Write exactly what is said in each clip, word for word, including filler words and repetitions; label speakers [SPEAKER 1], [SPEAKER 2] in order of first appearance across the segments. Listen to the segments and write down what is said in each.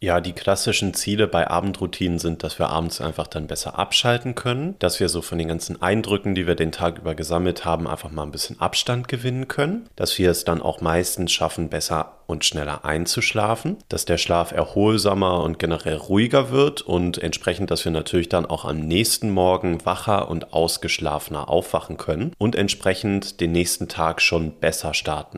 [SPEAKER 1] Ja, die klassischen Ziele bei Abendroutinen sind, dass wir abends einfach dann besser abschalten können, dass wir so von den ganzen Eindrücken, die wir den Tag über gesammelt haben, einfach mal ein bisschen Abstand gewinnen können, dass wir es dann auch meistens schaffen, besser und schneller einzuschlafen, dass der Schlaf erholsamer und generell ruhiger wird und entsprechend, dass wir natürlich dann auch am nächsten Morgen wacher und ausgeschlafener aufwachen können und entsprechend den nächsten Tag schon besser starten.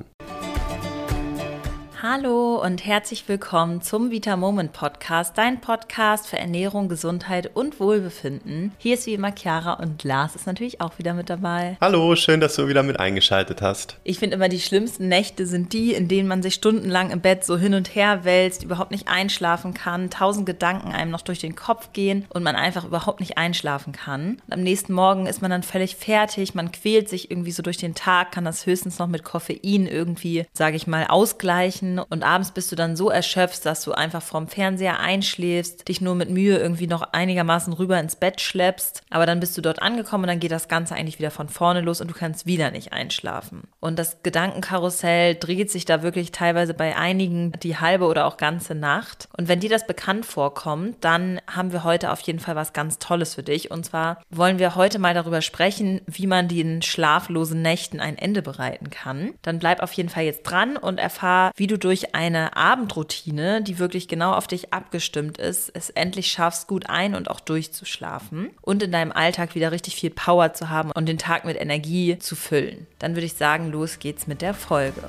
[SPEAKER 2] Hallo und herzlich willkommen zum Vita Moment Podcast, dein Podcast für Ernährung, Gesundheit und Wohlbefinden. Hier ist wie immer Chiara und Lars ist natürlich auch wieder mit dabei.
[SPEAKER 1] Hallo, schön, dass du wieder mit eingeschaltet hast.
[SPEAKER 2] Ich finde immer, die schlimmsten Nächte sind die, in denen man sich stundenlang im Bett so hin und her wälzt, überhaupt nicht einschlafen kann, tausend Gedanken einem noch durch den Kopf gehen und man einfach überhaupt nicht einschlafen kann. Und am nächsten Morgen ist man dann völlig fertig, man quält sich irgendwie so durch den Tag, kann das höchstens noch mit Koffein irgendwie, sage ich mal, ausgleichen. Und abends bist du dann so erschöpft, dass du einfach vorm Fernseher einschläfst, dich nur mit Mühe irgendwie noch einigermaßen rüber ins Bett schleppst. Aber dann bist du dort angekommen und dann geht das Ganze eigentlich wieder von vorne los und du kannst wieder nicht einschlafen. Und das Gedankenkarussell dreht sich da wirklich teilweise bei einigen die halbe oder auch ganze Nacht. Und wenn dir das bekannt vorkommt, dann haben wir heute auf jeden Fall was ganz Tolles für dich. Und zwar wollen wir heute mal darüber sprechen, wie man den schlaflosen Nächten ein Ende bereiten kann. Dann bleib auf jeden Fall jetzt dran und erfahr, wie du durch eine Abendroutine, die wirklich genau auf dich abgestimmt ist, es endlich schaffst, gut ein- und auch durchzuschlafen und in deinem Alltag wieder richtig viel Power zu haben und den Tag mit Energie zu füllen. Dann würde ich sagen, los geht's mit der Folge.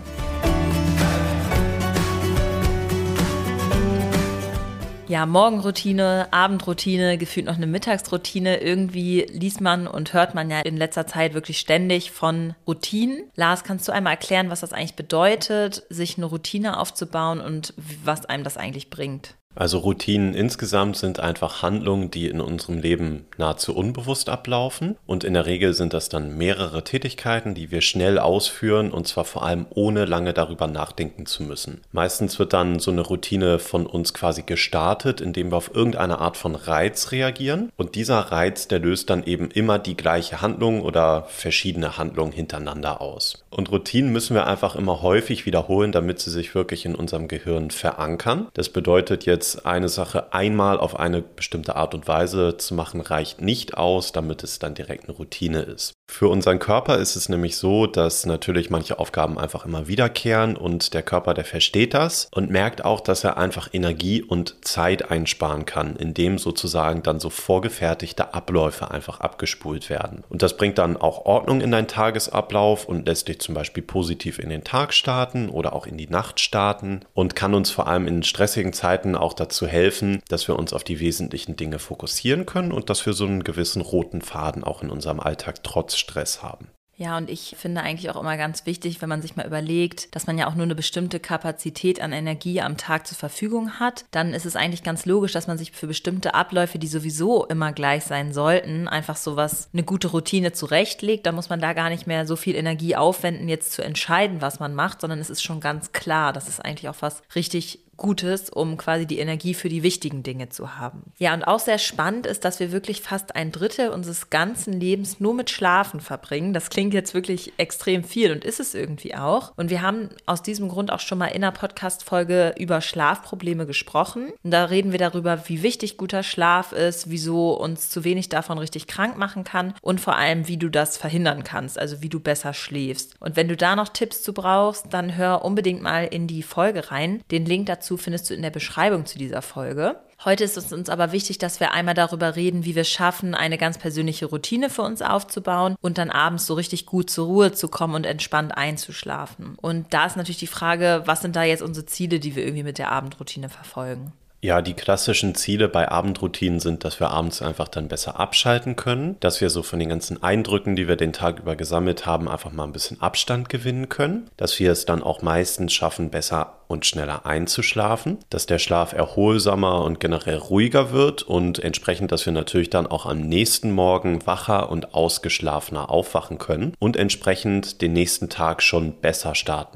[SPEAKER 2] Ja, Morgenroutine, Abendroutine, gefühlt noch eine Mittagsroutine. Irgendwie liest man und hört man ja in letzter Zeit wirklich ständig von Routinen. Lars, kannst du einmal erklären, was das eigentlich bedeutet, sich eine Routine aufzubauen und was einem das eigentlich bringt?
[SPEAKER 1] Also Routinen insgesamt sind einfach Handlungen, die in unserem Leben nahezu unbewusst ablaufen. Und in der Regel sind das dann mehrere Tätigkeiten, die wir schnell ausführen und zwar vor allem ohne lange darüber nachdenken zu müssen. Meistens wird dann so eine Routine von uns quasi gestartet, indem wir auf irgendeine Art von Reiz reagieren. Und dieser Reiz, der löst dann eben immer die gleiche Handlung oder verschiedene Handlungen hintereinander aus. Und Routinen müssen wir einfach immer häufig wiederholen, damit sie sich wirklich in unserem Gehirn verankern. Das bedeutet jetzt, eine Sache einmal auf eine bestimmte Art und Weise zu machen, reicht nicht aus, damit es dann direkt eine Routine ist. Für unseren Körper ist es nämlich so, dass natürlich manche Aufgaben einfach immer wiederkehren und der Körper, der versteht das und merkt auch, dass er einfach Energie und Zeit einsparen kann, indem sozusagen dann so vorgefertigte Abläufe einfach abgespult werden. Und das bringt dann auch Ordnung in deinen Tagesablauf und lässt dich zum Beispiel positiv in den Tag starten oder auch in die Nacht starten und kann uns vor allem in stressigen Zeiten auch dazu helfen, dass wir uns auf die wesentlichen Dinge fokussieren können und dass wir so einen gewissen roten Faden auch in unserem Alltag trotz Stress haben.
[SPEAKER 2] Ja, und ich finde eigentlich auch immer ganz wichtig, wenn man sich mal überlegt, dass man ja auch nur eine bestimmte Kapazität an Energie am Tag zur Verfügung hat, dann ist es eigentlich ganz logisch, dass man sich für bestimmte Abläufe, die sowieso immer gleich sein sollten, einfach sowas, eine gute Routine zurechtlegt. Da muss man da gar nicht mehr so viel Energie aufwenden, jetzt zu entscheiden, was man macht, sondern es ist schon ganz klar, das ist eigentlich auch was richtig Gutes, um quasi die Energie für die wichtigen Dinge zu haben. Ja, und auch sehr spannend ist, dass wir wirklich fast ein Drittel unseres ganzen Lebens nur mit Schlafen verbringen. Das klingt jetzt wirklich extrem viel und ist es irgendwie auch. Und wir haben aus diesem Grund auch schon mal in einer Podcast-Folge über Schlafprobleme gesprochen. Und da reden wir darüber, wie wichtig guter Schlaf ist, wieso uns zu wenig davon richtig krank machen kann und vor allem, wie du das verhindern kannst, also wie du besser schläfst. Und wenn du da noch Tipps zu brauchst, dann hör unbedingt mal in die Folge rein. Den Link dazu findest du in der Beschreibung zu dieser Folge. Heute ist es uns aber wichtig, dass wir einmal darüber reden, wie wir es schaffen, eine ganz persönliche Routine für uns aufzubauen und dann abends so richtig gut zur Ruhe zu kommen und entspannt einzuschlafen. Und da ist natürlich die Frage, was sind da jetzt unsere Ziele, die wir irgendwie mit der Abendroutine verfolgen?
[SPEAKER 1] Ja, die klassischen Ziele bei Abendroutinen sind, dass wir abends einfach dann besser abschalten können, dass wir so von den ganzen Eindrücken, die wir den Tag über gesammelt haben, einfach mal ein bisschen Abstand gewinnen können, dass wir es dann auch meistens schaffen, besser und schneller einzuschlafen, dass der Schlaf erholsamer und generell ruhiger wird und entsprechend, dass wir natürlich dann auch am nächsten Morgen wacher und ausgeschlafener aufwachen können und entsprechend den nächsten Tag schon besser starten.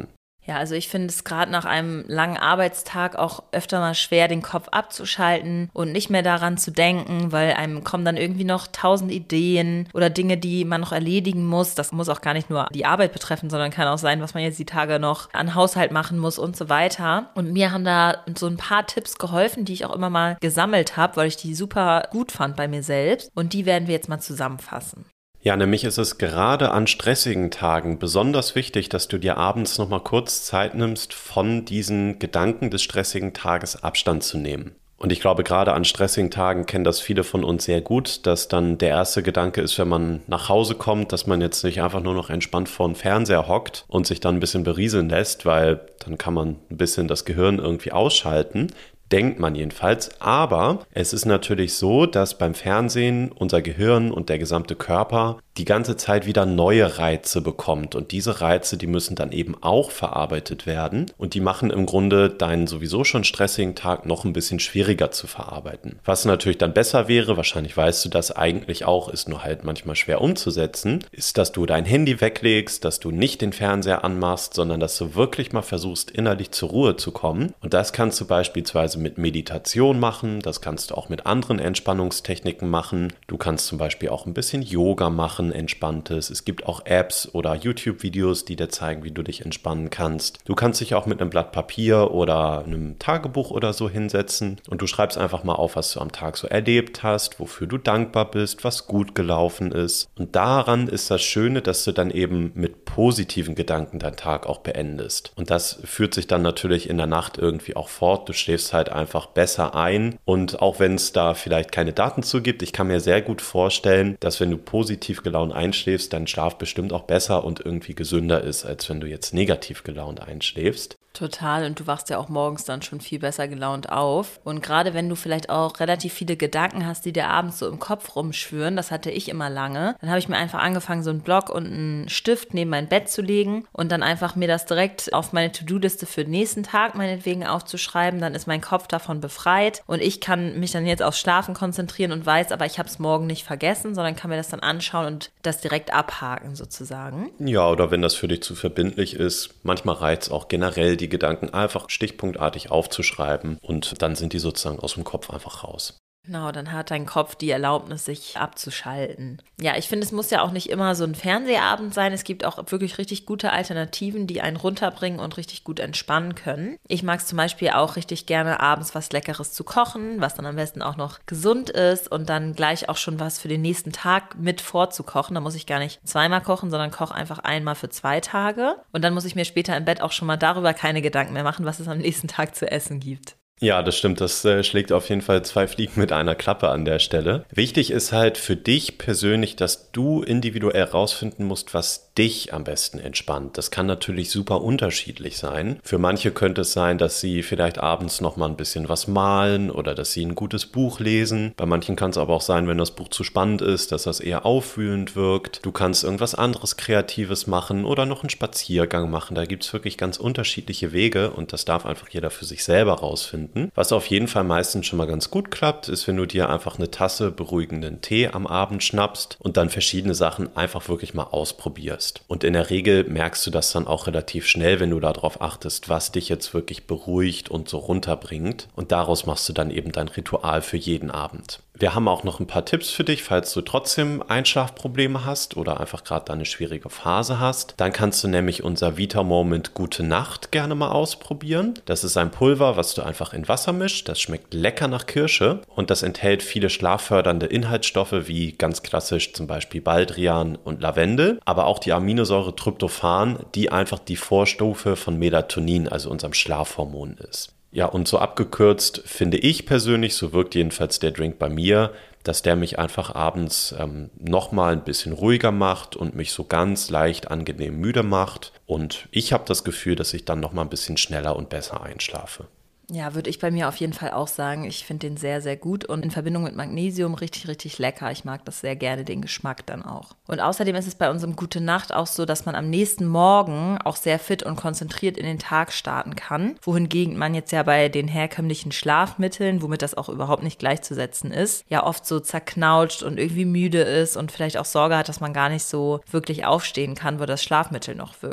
[SPEAKER 2] Ja, also ich finde es gerade nach einem langen Arbeitstag auch öfter mal schwer, den Kopf abzuschalten und nicht mehr daran zu denken, weil einem kommen dann irgendwie noch tausend Ideen oder Dinge, die man noch erledigen muss. Das muss auch gar nicht nur die Arbeit betreffen, sondern kann auch sein, was man jetzt die Tage noch an Haushalt machen muss und so weiter. Und mir haben da so ein paar Tipps geholfen, die ich auch immer mal gesammelt habe, weil ich die super gut fand bei mir selbst. Und die werden wir jetzt mal zusammenfassen.
[SPEAKER 1] Ja, nämlich ist es gerade an stressigen Tagen besonders wichtig, dass du dir abends nochmal kurz Zeit nimmst, von diesen Gedanken des stressigen Tages Abstand zu nehmen. Und ich glaube, gerade an stressigen Tagen kennen das viele von uns sehr gut, dass dann der erste Gedanke ist, wenn man nach Hause kommt, dass man jetzt nicht einfach nur noch entspannt vor dem Fernseher hockt und sich dann ein bisschen berieseln lässt, weil dann kann man ein bisschen das Gehirn irgendwie ausschalten. Denkt man jedenfalls. Aber es ist natürlich so, dass beim Fernsehen unser Gehirn und der gesamte Körper die ganze Zeit wieder neue Reize bekommt. Und diese Reize, die müssen dann eben auch verarbeitet werden. Und die machen im Grunde deinen sowieso schon stressigen Tag noch ein bisschen schwieriger zu verarbeiten. Was natürlich dann besser wäre, wahrscheinlich weißt du das eigentlich auch, ist nur halt manchmal schwer umzusetzen, ist, dass du dein Handy weglegst, dass du nicht den Fernseher anmachst, sondern dass du wirklich mal versuchst, innerlich zur Ruhe zu kommen. Und das kannst du beispielsweise mit Meditation machen, das kannst du auch mit anderen Entspannungstechniken machen. Du kannst zum Beispiel auch ein bisschen Yoga machen, entspanntes. Es gibt auch Apps oder YouTube-Videos, die dir zeigen, wie du dich entspannen kannst. Du kannst dich auch mit einem Blatt Papier oder einem Tagebuch oder so hinsetzen und du schreibst einfach mal auf, was du am Tag so erlebt hast, wofür du dankbar bist, was gut gelaufen ist. Und daran ist das Schöne, dass du dann eben mit positiven Gedanken deinen Tag auch beendest. Und das führt sich dann natürlich in der Nacht irgendwie auch fort. Du schläfst halt einfach besser ein und auch wenn es da vielleicht keine Daten zu gibt, ich kann mir sehr gut vorstellen, dass wenn du positiv gelaunt einschläfst, dein Schlaf bestimmt auch besser und irgendwie gesünder ist, als wenn du jetzt negativ gelaunt einschläfst.
[SPEAKER 2] Total, und du wachst ja auch morgens dann schon viel besser gelaunt auf. Und gerade wenn du vielleicht auch relativ viele Gedanken hast, die dir abends so im Kopf rumschwirren, das hatte ich immer lange, dann habe ich mir einfach angefangen, so einen Block und einen Stift neben mein Bett zu legen und dann einfach mir das direkt auf meine To-Do-Liste für den nächsten Tag meinetwegen aufzuschreiben. Dann ist mein Kopf davon befreit und ich kann mich dann jetzt aufs Schlafen konzentrieren und weiß, aber ich habe es morgen nicht vergessen, sondern kann mir das dann anschauen und das direkt abhaken sozusagen.
[SPEAKER 1] Ja, oder wenn das für dich zu verbindlich ist, manchmal reicht es auch generell, die Gedanken einfach stichpunktartig aufzuschreiben und dann sind die sozusagen aus dem Kopf einfach raus.
[SPEAKER 2] Genau, dann hat dein Kopf die Erlaubnis, sich abzuschalten. Ja, ich finde, es muss ja auch nicht immer so ein Fernsehabend sein. Es gibt auch wirklich richtig gute Alternativen, die einen runterbringen und richtig gut entspannen können. Ich mag es zum Beispiel auch richtig gerne, abends was Leckeres zu kochen, was dann am besten auch noch gesund ist und dann gleich auch schon was für den nächsten Tag mit vorzukochen. Da muss ich gar nicht zweimal kochen, sondern koche einfach einmal für zwei Tage. Und dann muss ich mir später im Bett auch schon mal darüber keine Gedanken mehr machen, was es am nächsten Tag zu essen gibt.
[SPEAKER 1] Ja, das stimmt. Das äh, schlägt auf jeden Fall zwei Fliegen mit einer Klappe an der Stelle. Wichtig ist halt für dich persönlich, dass du individuell rausfinden musst, was dich am besten entspannt. Das kann natürlich super unterschiedlich sein. Für manche könnte es sein, dass sie vielleicht abends noch mal ein bisschen was malen oder dass sie ein gutes Buch lesen. Bei manchen kann es aber auch sein, wenn das Buch zu spannend ist, dass das eher aufwühlend wirkt. Du kannst irgendwas anderes Kreatives machen oder noch einen Spaziergang machen. Da gibt es wirklich ganz unterschiedliche Wege und das darf einfach jeder für sich selber rausfinden. Was auf jeden Fall meistens schon mal ganz gut klappt, ist, wenn du dir einfach eine Tasse beruhigenden Tee am Abend schnappst und dann verschiedene Sachen einfach wirklich mal ausprobierst. Und in der Regel merkst du das dann auch relativ schnell, wenn du darauf achtest, was dich jetzt wirklich beruhigt und so runterbringt. Und daraus machst du dann eben dein Ritual für jeden Abend. Wir haben auch noch ein paar Tipps für dich, falls du trotzdem Einschlafprobleme hast oder einfach gerade eine schwierige Phase hast. Dann kannst du nämlich unser Vita Moment Gute Nacht gerne mal ausprobieren. Das ist ein Pulver, was du einfach in Wasser mischt. Das schmeckt lecker nach Kirsche und das enthält viele schlaffördernde Inhaltsstoffe wie ganz klassisch zum Beispiel Baldrian und Lavendel, aber auch die Aminosäure Tryptophan, die einfach die Vorstufe von Melatonin, also unserem Schlafhormon ist. Ja, und so abgekürzt finde ich persönlich, so wirkt jedenfalls der Drink bei mir, dass der mich einfach abends ähm, nochmal ein bisschen ruhiger macht und mich so ganz leicht angenehm müde macht. Und ich habe das Gefühl, dass ich dann nochmal ein bisschen schneller und besser einschlafe.
[SPEAKER 2] Ja, würde ich bei mir auf jeden Fall auch sagen. Ich finde den sehr, sehr gut und in Verbindung mit Magnesium richtig, richtig lecker. Ich mag das sehr gerne, den Geschmack dann auch. Und außerdem ist es bei unserem Gute Nacht auch so, dass man am nächsten Morgen auch sehr fit und konzentriert in den Tag starten kann. Wohingegen man jetzt ja bei den herkömmlichen Schlafmitteln, womit das auch überhaupt nicht gleichzusetzen ist, ja oft so zerknautscht und irgendwie müde ist und vielleicht auch Sorge hat, dass man gar nicht so wirklich aufstehen kann, wo das Schlafmittel noch wirkt.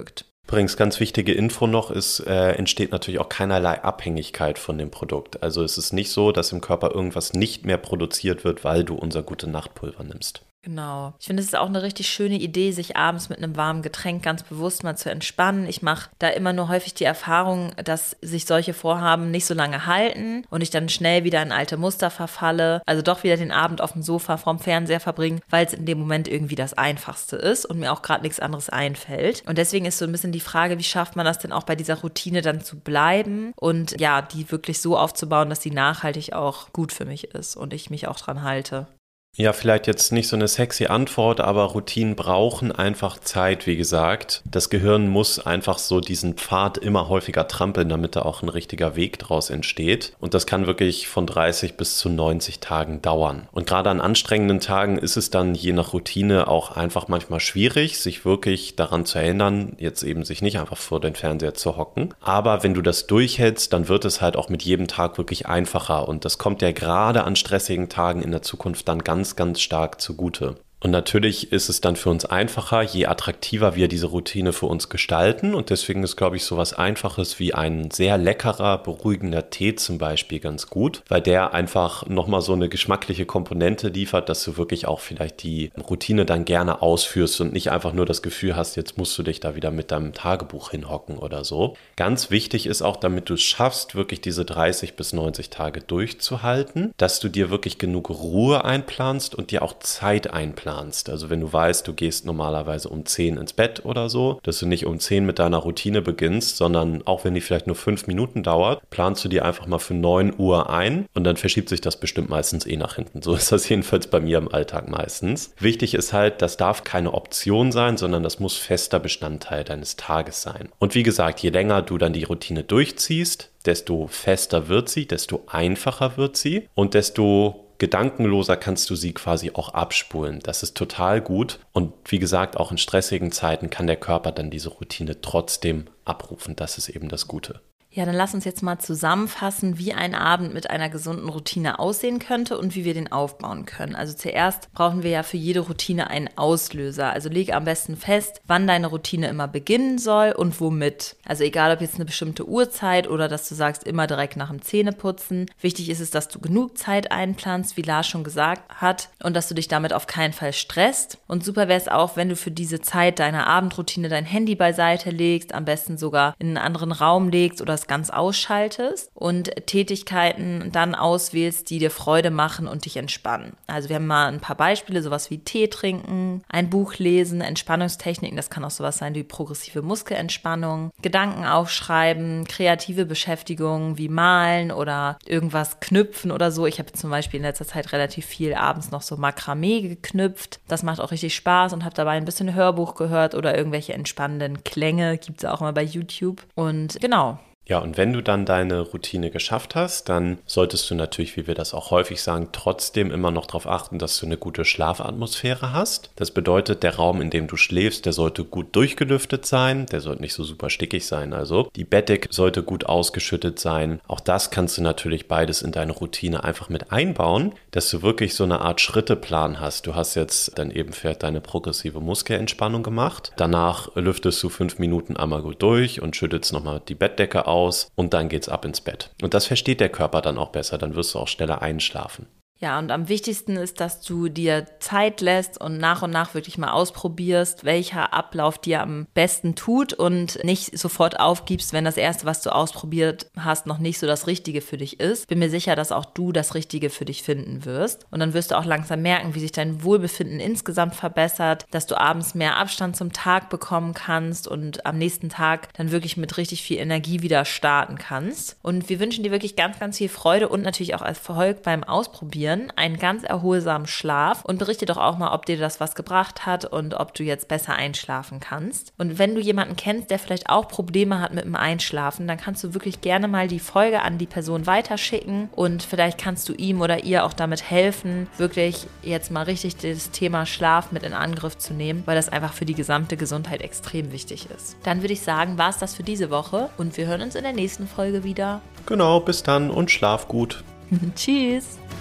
[SPEAKER 1] Übrigens, ganz wichtige Info noch, es äh, entsteht natürlich auch keinerlei Abhängigkeit von dem Produkt. Also es ist nicht so, dass im Körper irgendwas nicht mehr produziert wird, weil du unser Gute-Nacht-Pulver nimmst.
[SPEAKER 2] Genau. Ich finde, es ist auch eine richtig schöne Idee, sich abends mit einem warmen Getränk ganz bewusst mal zu entspannen. Ich mache da immer nur häufig die Erfahrung, dass sich solche Vorhaben nicht so lange halten und ich dann schnell wieder in alte Muster verfalle. Also doch wieder den Abend auf dem Sofa vorm Fernseher verbringen, weil es in dem Moment irgendwie das Einfachste ist und mir auch gerade nichts anderes einfällt. Und deswegen ist so ein bisschen die Frage, wie schafft man das denn auch bei dieser Routine dann zu bleiben und ja, die wirklich so aufzubauen, dass die nachhaltig auch gut für mich ist und ich mich auch dran halte.
[SPEAKER 1] Ja, vielleicht jetzt nicht so eine sexy Antwort, aber Routinen brauchen einfach Zeit, wie gesagt. Das Gehirn muss einfach so diesen Pfad immer häufiger trampeln, damit da auch ein richtiger Weg draus entsteht. Und das kann wirklich von dreißig bis zu neunzig Tagen dauern. Und gerade an anstrengenden Tagen ist es dann je nach Routine auch einfach manchmal schwierig, sich wirklich daran zu erinnern, jetzt eben sich nicht einfach vor den Fernseher zu hocken. Aber wenn du das durchhältst, dann wird es halt auch mit jedem Tag wirklich einfacher. Und das kommt ja gerade an stressigen Tagen in der Zukunft dann ganz ganz, ganz stark zugute. Und natürlich ist es dann für uns einfacher, je attraktiver wir diese Routine für uns gestalten. Und deswegen ist, glaube ich, so was Einfaches wie ein sehr leckerer, beruhigender Tee zum Beispiel ganz gut, weil der einfach nochmal so eine geschmackliche Komponente liefert, dass du wirklich auch vielleicht die Routine dann gerne ausführst und nicht einfach nur das Gefühl hast, jetzt musst du dich da wieder mit deinem Tagebuch hinhocken oder so. Ganz wichtig ist auch, damit du es schaffst, wirklich diese dreißig bis neunzig Tage durchzuhalten, dass du dir wirklich genug Ruhe einplanst und dir auch Zeit einplanst. Also wenn du weißt, du gehst normalerweise um zehn ins Bett oder so, dass du nicht um zehn mit deiner Routine beginnst, sondern auch wenn die vielleicht nur fünf Minuten dauert, planst du die einfach mal für neun Uhr ein und dann verschiebt sich das bestimmt meistens eh nach hinten. So ist das jedenfalls bei mir im Alltag meistens. Wichtig ist halt, das darf keine Option sein, sondern das muss fester Bestandteil deines Tages sein. Und wie gesagt, je länger du dann die Routine durchziehst, desto fester wird sie, desto einfacher wird sie und desto gedankenloser kannst du sie quasi auch abspulen. Das ist total gut und wie gesagt, auch in stressigen Zeiten kann der Körper dann diese Routine trotzdem abrufen. Das ist eben das Gute.
[SPEAKER 2] Ja, dann lass uns jetzt mal zusammenfassen, wie ein Abend mit einer gesunden Routine aussehen könnte und wie wir den aufbauen können. Also zuerst brauchen wir ja für jede Routine einen Auslöser. Also leg am besten fest, wann deine Routine immer beginnen soll und womit. Also egal, ob jetzt eine bestimmte Uhrzeit oder dass du sagst, immer direkt nach dem Zähneputzen. Wichtig ist es, dass du genug Zeit einplanst, wie Lars schon gesagt hat, und dass du dich damit auf keinen Fall stresst. Und super wäre es auch, wenn du für diese Zeit deiner Abendroutine dein Handy beiseite legst, am besten sogar in einen anderen Raum legst oder ganz ausschaltest und Tätigkeiten dann auswählst, die dir Freude machen und dich entspannen. Also wir haben mal ein paar Beispiele, sowas wie Tee trinken, ein Buch lesen, Entspannungstechniken, das kann auch sowas sein wie progressive Muskelentspannung, Gedanken aufschreiben, kreative Beschäftigungen wie malen oder irgendwas knüpfen oder so. Ich habe zum Beispiel in letzter Zeit relativ viel abends noch so Makramee geknüpft. Das macht auch richtig Spaß und habe dabei ein bisschen Hörbuch gehört oder irgendwelche entspannenden Klänge, gibt es auch immer bei YouTube. Und genau.
[SPEAKER 1] Ja, und wenn du dann deine Routine geschafft hast, dann solltest du natürlich, wie wir das auch häufig sagen, trotzdem immer noch darauf achten, dass du eine gute Schlafatmosphäre hast. Das bedeutet, der Raum, in dem du schläfst, der sollte gut durchgelüftet sein, der sollte nicht so super stickig sein. Also die Bettdecke sollte gut ausgeschüttet sein. Auch das kannst du natürlich beides in deine Routine einfach mit einbauen, dass du wirklich so eine Art Schritteplan hast. Du hast jetzt dann eben für deine progressive Muskelentspannung gemacht. Danach lüftest du fünf Minuten einmal gut durch und schüttelst nochmal die Bettdecke aus. Und dann geht's ab ins Bett. Und das versteht der Körper dann auch besser, dann wirst du auch schneller einschlafen.
[SPEAKER 2] Ja, und am wichtigsten ist, dass du dir Zeit lässt und nach und nach wirklich mal ausprobierst, welcher Ablauf dir am besten tut und nicht sofort aufgibst, wenn das Erste, was du ausprobiert hast, noch nicht so das Richtige für dich ist. Bin mir sicher, dass auch du das Richtige für dich finden wirst. Und dann wirst du auch langsam merken, wie sich dein Wohlbefinden insgesamt verbessert, dass du abends mehr Abstand zum Tag bekommen kannst und am nächsten Tag dann wirklich mit richtig viel Energie wieder starten kannst. Und wir wünschen dir wirklich ganz, ganz viel Freude und natürlich auch Erfolg beim Ausprobieren. Einen ganz erholsamen Schlaf und berichte doch auch mal, ob dir das was gebracht hat und ob du jetzt besser einschlafen kannst. Und wenn du jemanden kennst, der vielleicht auch Probleme hat mit dem Einschlafen, dann kannst du wirklich gerne mal die Folge an die Person weiterschicken und vielleicht kannst du ihm oder ihr auch damit helfen, wirklich jetzt mal richtig das Thema Schlaf mit in Angriff zu nehmen, weil das einfach für die gesamte Gesundheit extrem wichtig ist. Dann würde ich sagen, war es das für diese Woche und wir hören uns in der nächsten Folge wieder.
[SPEAKER 1] Genau, bis dann und schlaf gut.
[SPEAKER 2] Tschüss.